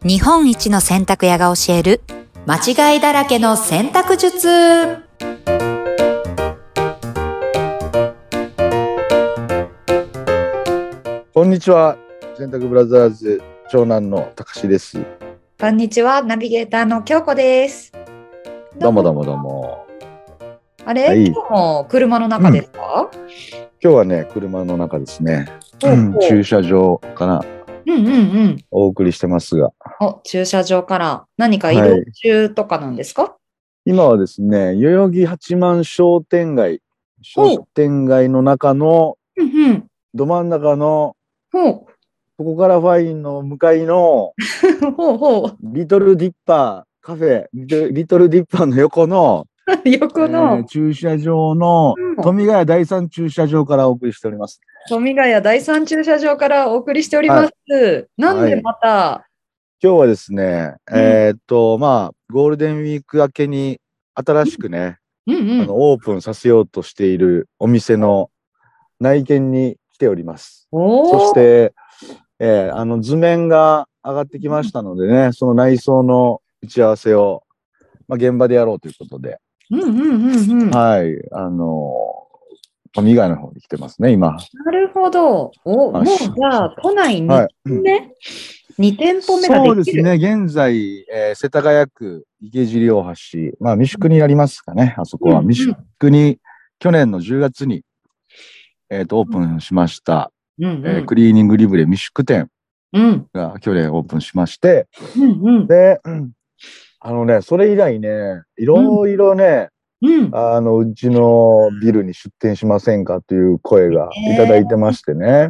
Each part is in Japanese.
日本一の洗濯屋が教える間違いだらけの洗濯術。 こんにちは。洗濯ブラザーズ長男のたかしです。 こんにちは。ナビゲーターの京子です。 どうもどうもどうも。 あれ、 はい、 今日も車の中ですか？ 今日はね、車の中ですね。駐車場からお送りしてますが。 駐車場から何か移動はい、 中とかなんですか？ 今はですね、代々木八幡商店街の中のど真ん中のここからファインの向かいのリトルディッパーカフェ、リトルディッパーの横の駐車場の富ヶ谷第三駐車場からお送りしております。 富ヶ谷第三駐車場からお送りしております。なんでまた、 今日はですね、ゴールデンウィーク明けに新しくね、オープンさせようとしているお店の内見に来ております。そして、図面が上がってきましたのでね、その内装の打ち合わせを、現場でやろうということで、はい、富ヶ谷の方に来てますね、今。 なるほど。もうじゃあ、都内2店目、2店舗目ができる。 そうですね、現在、世田谷区池尻大橋、三宿になりますかね、あそこは。三宿に去年の10月に、オープンしました、クリーニングリブレ三宿店が去年オープンしまして、で、それ以来ね、いろいろね、うちのビルに出店しませんかという声がいただいてましてね。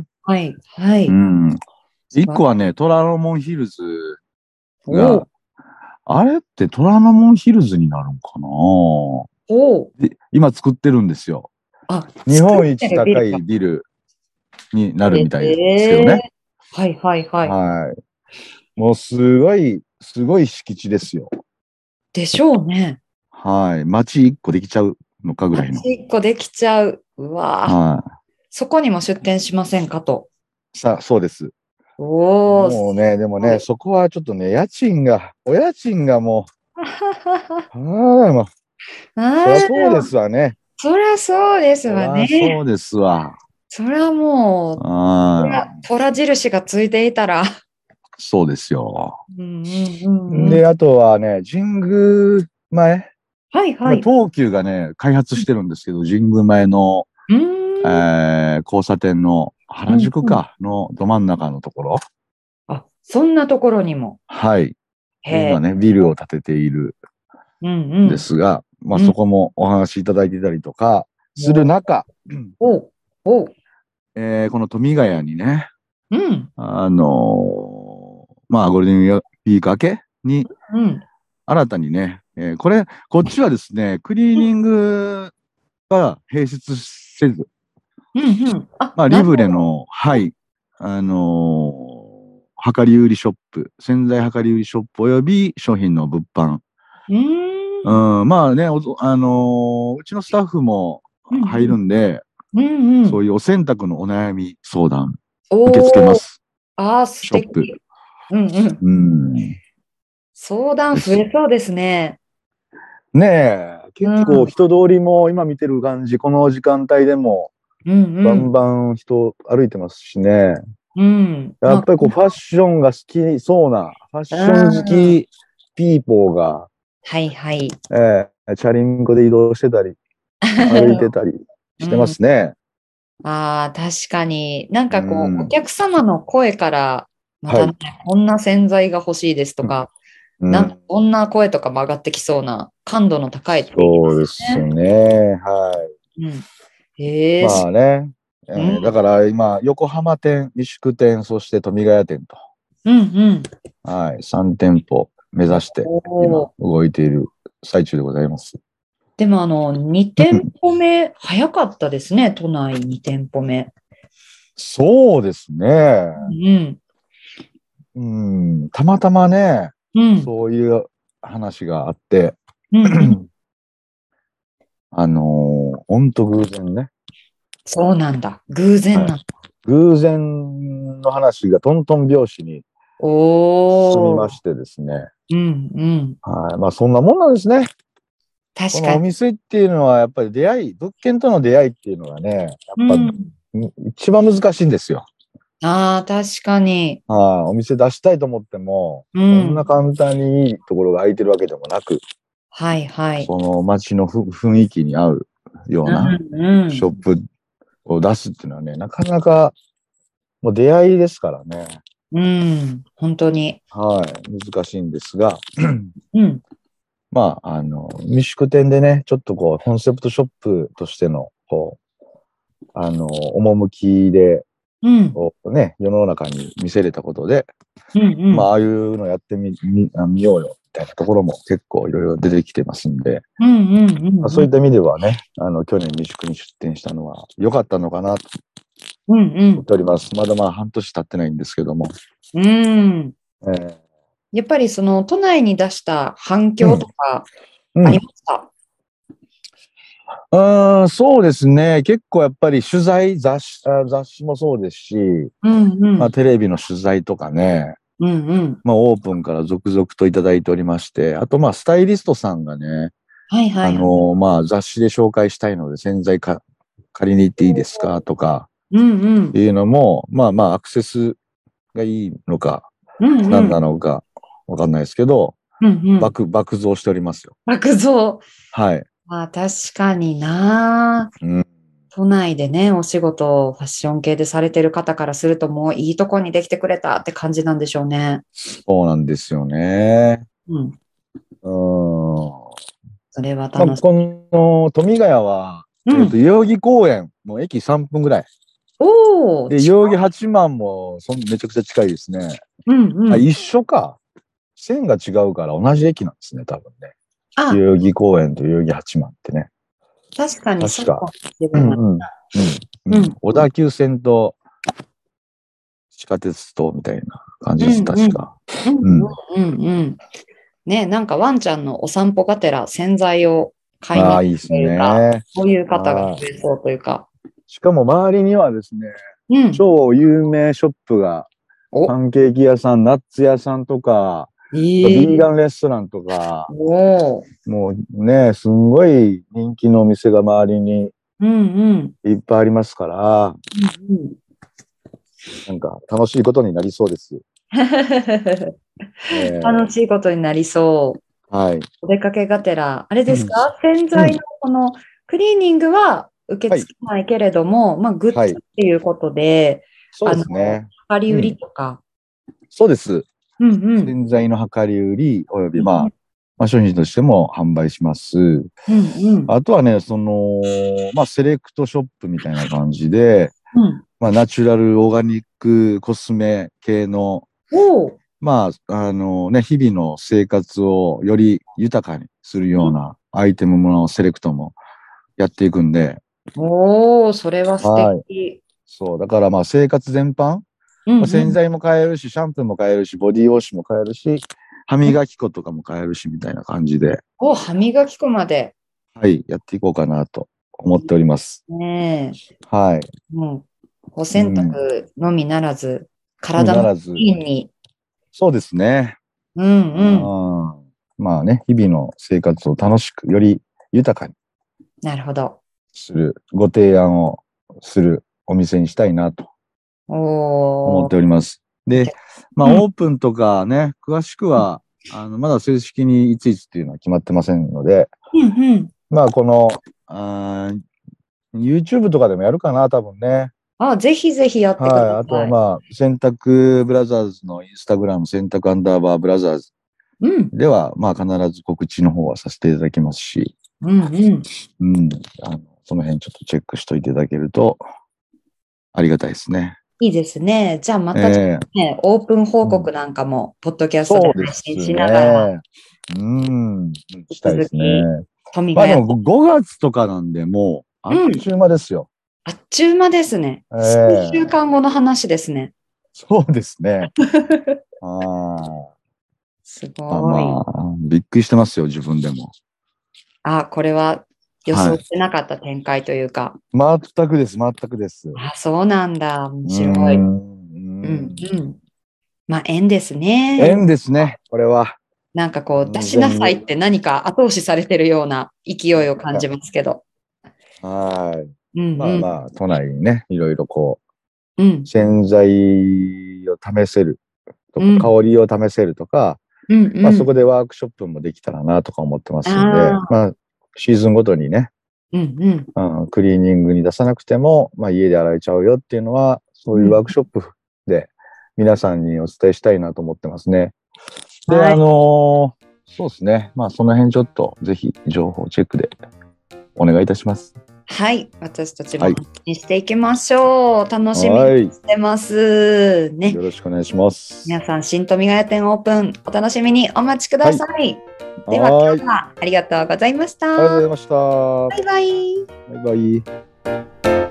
一個はね、虎ノ門ヒルズが、あれって虎ノ門ヒルズになるんかな？今作ってるんですよ。日本一高いビルになるみたいですけどね。もうすごい敷地ですよ。 でしょうね。 街一個できちゃうのかぐらいの。 街一個できちゃう。うわそこにも出店しませんかと。 そうです。もうね、でもね、そこはちょっとね、お家賃がもう、もう、そりゃそうですわね。 そりゃそうですわね。 そうですわ。 そりゃもう、虎印がついていたら。 そうですよ。で、あとはね、神宮前。東急がね、開発してるんですけど、神宮前の、交差点の原宿のど真ん中のところ。 そんなところにも。 今ね、ビルを建てているんですが、そこもお話いただいてたりとかする中、この富ヶ谷にね、ゴールデンウィーク明けに、新たにね、こっちはですね、クリーニングが併設せず、リブレの、量り売りショップ、洗剤量り売りショップおよび商品の物販。うちのスタッフも入るんで、そういうお洗濯のお悩み相談、受け付けます。ショップ。 相談増えそうですね。 ねえ、結構人通りも今見てる感じ、この時間帯でも、バンバン人歩いてますしね。やっぱりファッションが好きそうな、ファッション好きピーポーが、チャリンコで移動してたり、歩いてたりしてますね。 確かに。なんかお客様の声から、またね、こんな洗剤が欲しいですとか、なんかこんな声とかも上がってきそうな感度の高いってそうですね。だから今、横浜店、三宿店、そして富ヶ谷店と、3店舗目指して今動いている最中でございます。 でも2店舗目、早かったですね、都内2店舗目。 そうですね。たまたまね、そういう話があって、ほんと偶然ね。 そうなんだ。偶然なんだ。 偶然の話がトントン拍子におー。 進みましてですね。 うんうん。 はい。まあそんなもんなんですね。このお確かに。 店っていうのはやっぱり物件との出会いっていうのがね、やっぱうん。 一番難しいんですよ。 ああ、確かに。 はい。お店出したいと思っても、 うそんなん。 簡単にいいところが空いてるわけでもなく、 はいはい。 その街の雰囲気に合うようなうんうん。 ショップを出すっていうのはね、なかなかもう出会いですからね。 うん。本当に。 はい。難しいんですが、 うん。 まあ、三宿店でね、ちょっとこう、コンセプトショップとしての、こう、趣で、 うん。 こうね、世の中に見せれたことで、 うんうまあ、 ん。 ああいうのやってみようよ、みたいなところも結構いろいろ出てきてますんで、 うんうんうんうん。 まあそういった意味ではね、去年三宿に出店したのは良かったのかなとうんうん。 思っております。まだまあ半年経ってないんですけども。 うん。 えーやっぱりその都内に出した反響うん、 とかありうん。 ました？ そうですね。結構やっぱり取材、雑誌もそうですし、 うんうまあん。 テレビの取材とかね、 うんうん。 まあオープンから続々といただいておりまして、あとまあスタイリストさんがね、 はいはいはい。 まあ雑誌で紹介したいので洗剤借りに行っていいですかとかうんうん。 いうのも、まあまあアクセスがいいのか、何うんうん。 なのかわかんないですけど、 うんうん。 爆増しておりますよ。 爆増。 はい。 まあ確かにな。 うん。 都内でね、お仕事をファッション系でされてる方からするともういいとこにできてくれたって感じなんでしょうね。 そうなんですよね。 うん。 うん。 それはまあ、 楽しこの富ヶ谷は、 い。うん。 代々木公園の駅3分ぐらい。 おー、 で、代々木八幡もめちゃくちゃ近いですね。あ、 うんうん。 一緒か。線が違うから同じ駅なんですね、多分ね。代あ、 々木公園と代々木八幡ってね。 確かにそうか確か。 もしれない。 うんうん。うん。うん。 うん。 小田急線と地下鉄とみたいな感じです、 うんうん。 確か。 うんうん。 うんうん。ね、なんかワンちゃんのお散歩がてら洗剤を買いああ、 に行くいいですというか、 ね。 そういう方が増ああ。 えそうというか。 しかも周りにはですね、 うん。 超有名ショップが、パお、 ンケーキ屋さん、ナッツ屋さんとか、あとビーガええ、 ンレストランとか、 おー。 もうね、すんごい人気のお店が周りにうんうん。 いっぱいありますから、 うんうん。 なんか楽しいことになりそうです。 楽しえいことになりそう。 はい。 お出かけがてら、あれですうん。 か？洗剤のこのクリーニングは受けはい。 付けないけれども、まあ、グッはい。 ズっていうことで、 そうですね。 量り売りうん。 とか。 そうです。 うんうん。 洗剤の量り売り、およびうんまあ商品としても販売します。 うんうんあとはね、まあセレクトショップみたいな感じで、 うん。 まあナチュラルオーガニックコスメ系の、 おー。 まあ、日々の生活をより豊かにするようなアイテムものセレクトもやっていくんで、 おー、それは素はい。 敵。 そう。だからまあ生活全般、まあ、 うんうん。 洗剤も買えるし、シャンプーも買えるし、ボディウォッシュも買えるし、歯磨き粉とかも買えるし、みたいな感じで、 お、歯磨き粉まで。 はい、やっていこうかなと思っております。 ねはい。 え。もう、お洗うん。 濯のみならず、 のみ体もならず、 いいに。 そうですね。 うんううん。 ん。まあね、日々の生活を楽しく、より豊かになるほど。 する、ご提案をするお店にしたいなと思っおー。 ております。で、まあ、 うん。 オープンとかね、詳しくは、まだ正式にいついつっていうのは決まってませんので、 うんうん。 まあ、YouTube とかでもやるかな、多分ね。 あ、ぜひぜひやってくだはい。あとはさい。 まあ、洗濯ブラザーズのインスタグラム、洗濯アンダーバーブラザーズうん。 では、まあ、必ず告知の方はさせていただきますし、 うんうん。 うん。その辺ちょっとチェックしておいていただけるとありがたいですね。 いいですね。じゃあまたちょっええ、 とね、オープン報うん、 告なんかも、ポッドキャストでそうで配信すしながら、 ね。うん。 引きしたいですね。 続き、富ヶ谷。 まあでも5月とかなんで、もう、あっうん。 ちゅう間ですよ。 あっちゅう間ですね。 え数週え、 間後の話ですね。 そうですね。ああ。 すまあごい。 まあ、びっくりしてますよ、自分でも。 あ、これは予はい。 想してなかった展開というか。 全くです、全くです。 あ、そうなんだ。面うー白い。 ん。うーうんん。 うん。 まあ、縁ですね。 縁ですね、これは。 なんかこう、出しなさいって何か後押しされてるような勢いを感じますけど。 はい。 うんうん。 まあまあ、都内にね、いろいろこうん。 洗剤を試せるとか、 うん香りを試せるとか、 うんうん。 まあそこでワークショップもできたらなとか思ってますんで、 ああ。 まあシーズンごとにね、 うんうん。 クリーニングに出さなくても、まあ家で洗えちゃうよっていうのは、そういうワークショップで皆さんにお伝えしたいなと思ってますね。で、 はい。 そうですね。まあその辺ちょっとぜひ情報チェックでお願いいたします。 はい。私たちもはい発信していきましょう。楽しみはいにしてます。ね。 よろしくお願いします。 皆さん、新富ヶ谷店オープン、お楽しみにお待ちください。では、 はい。 今日はありがとうございました。 ありがとうございました。 バイバイ。 バイバイ。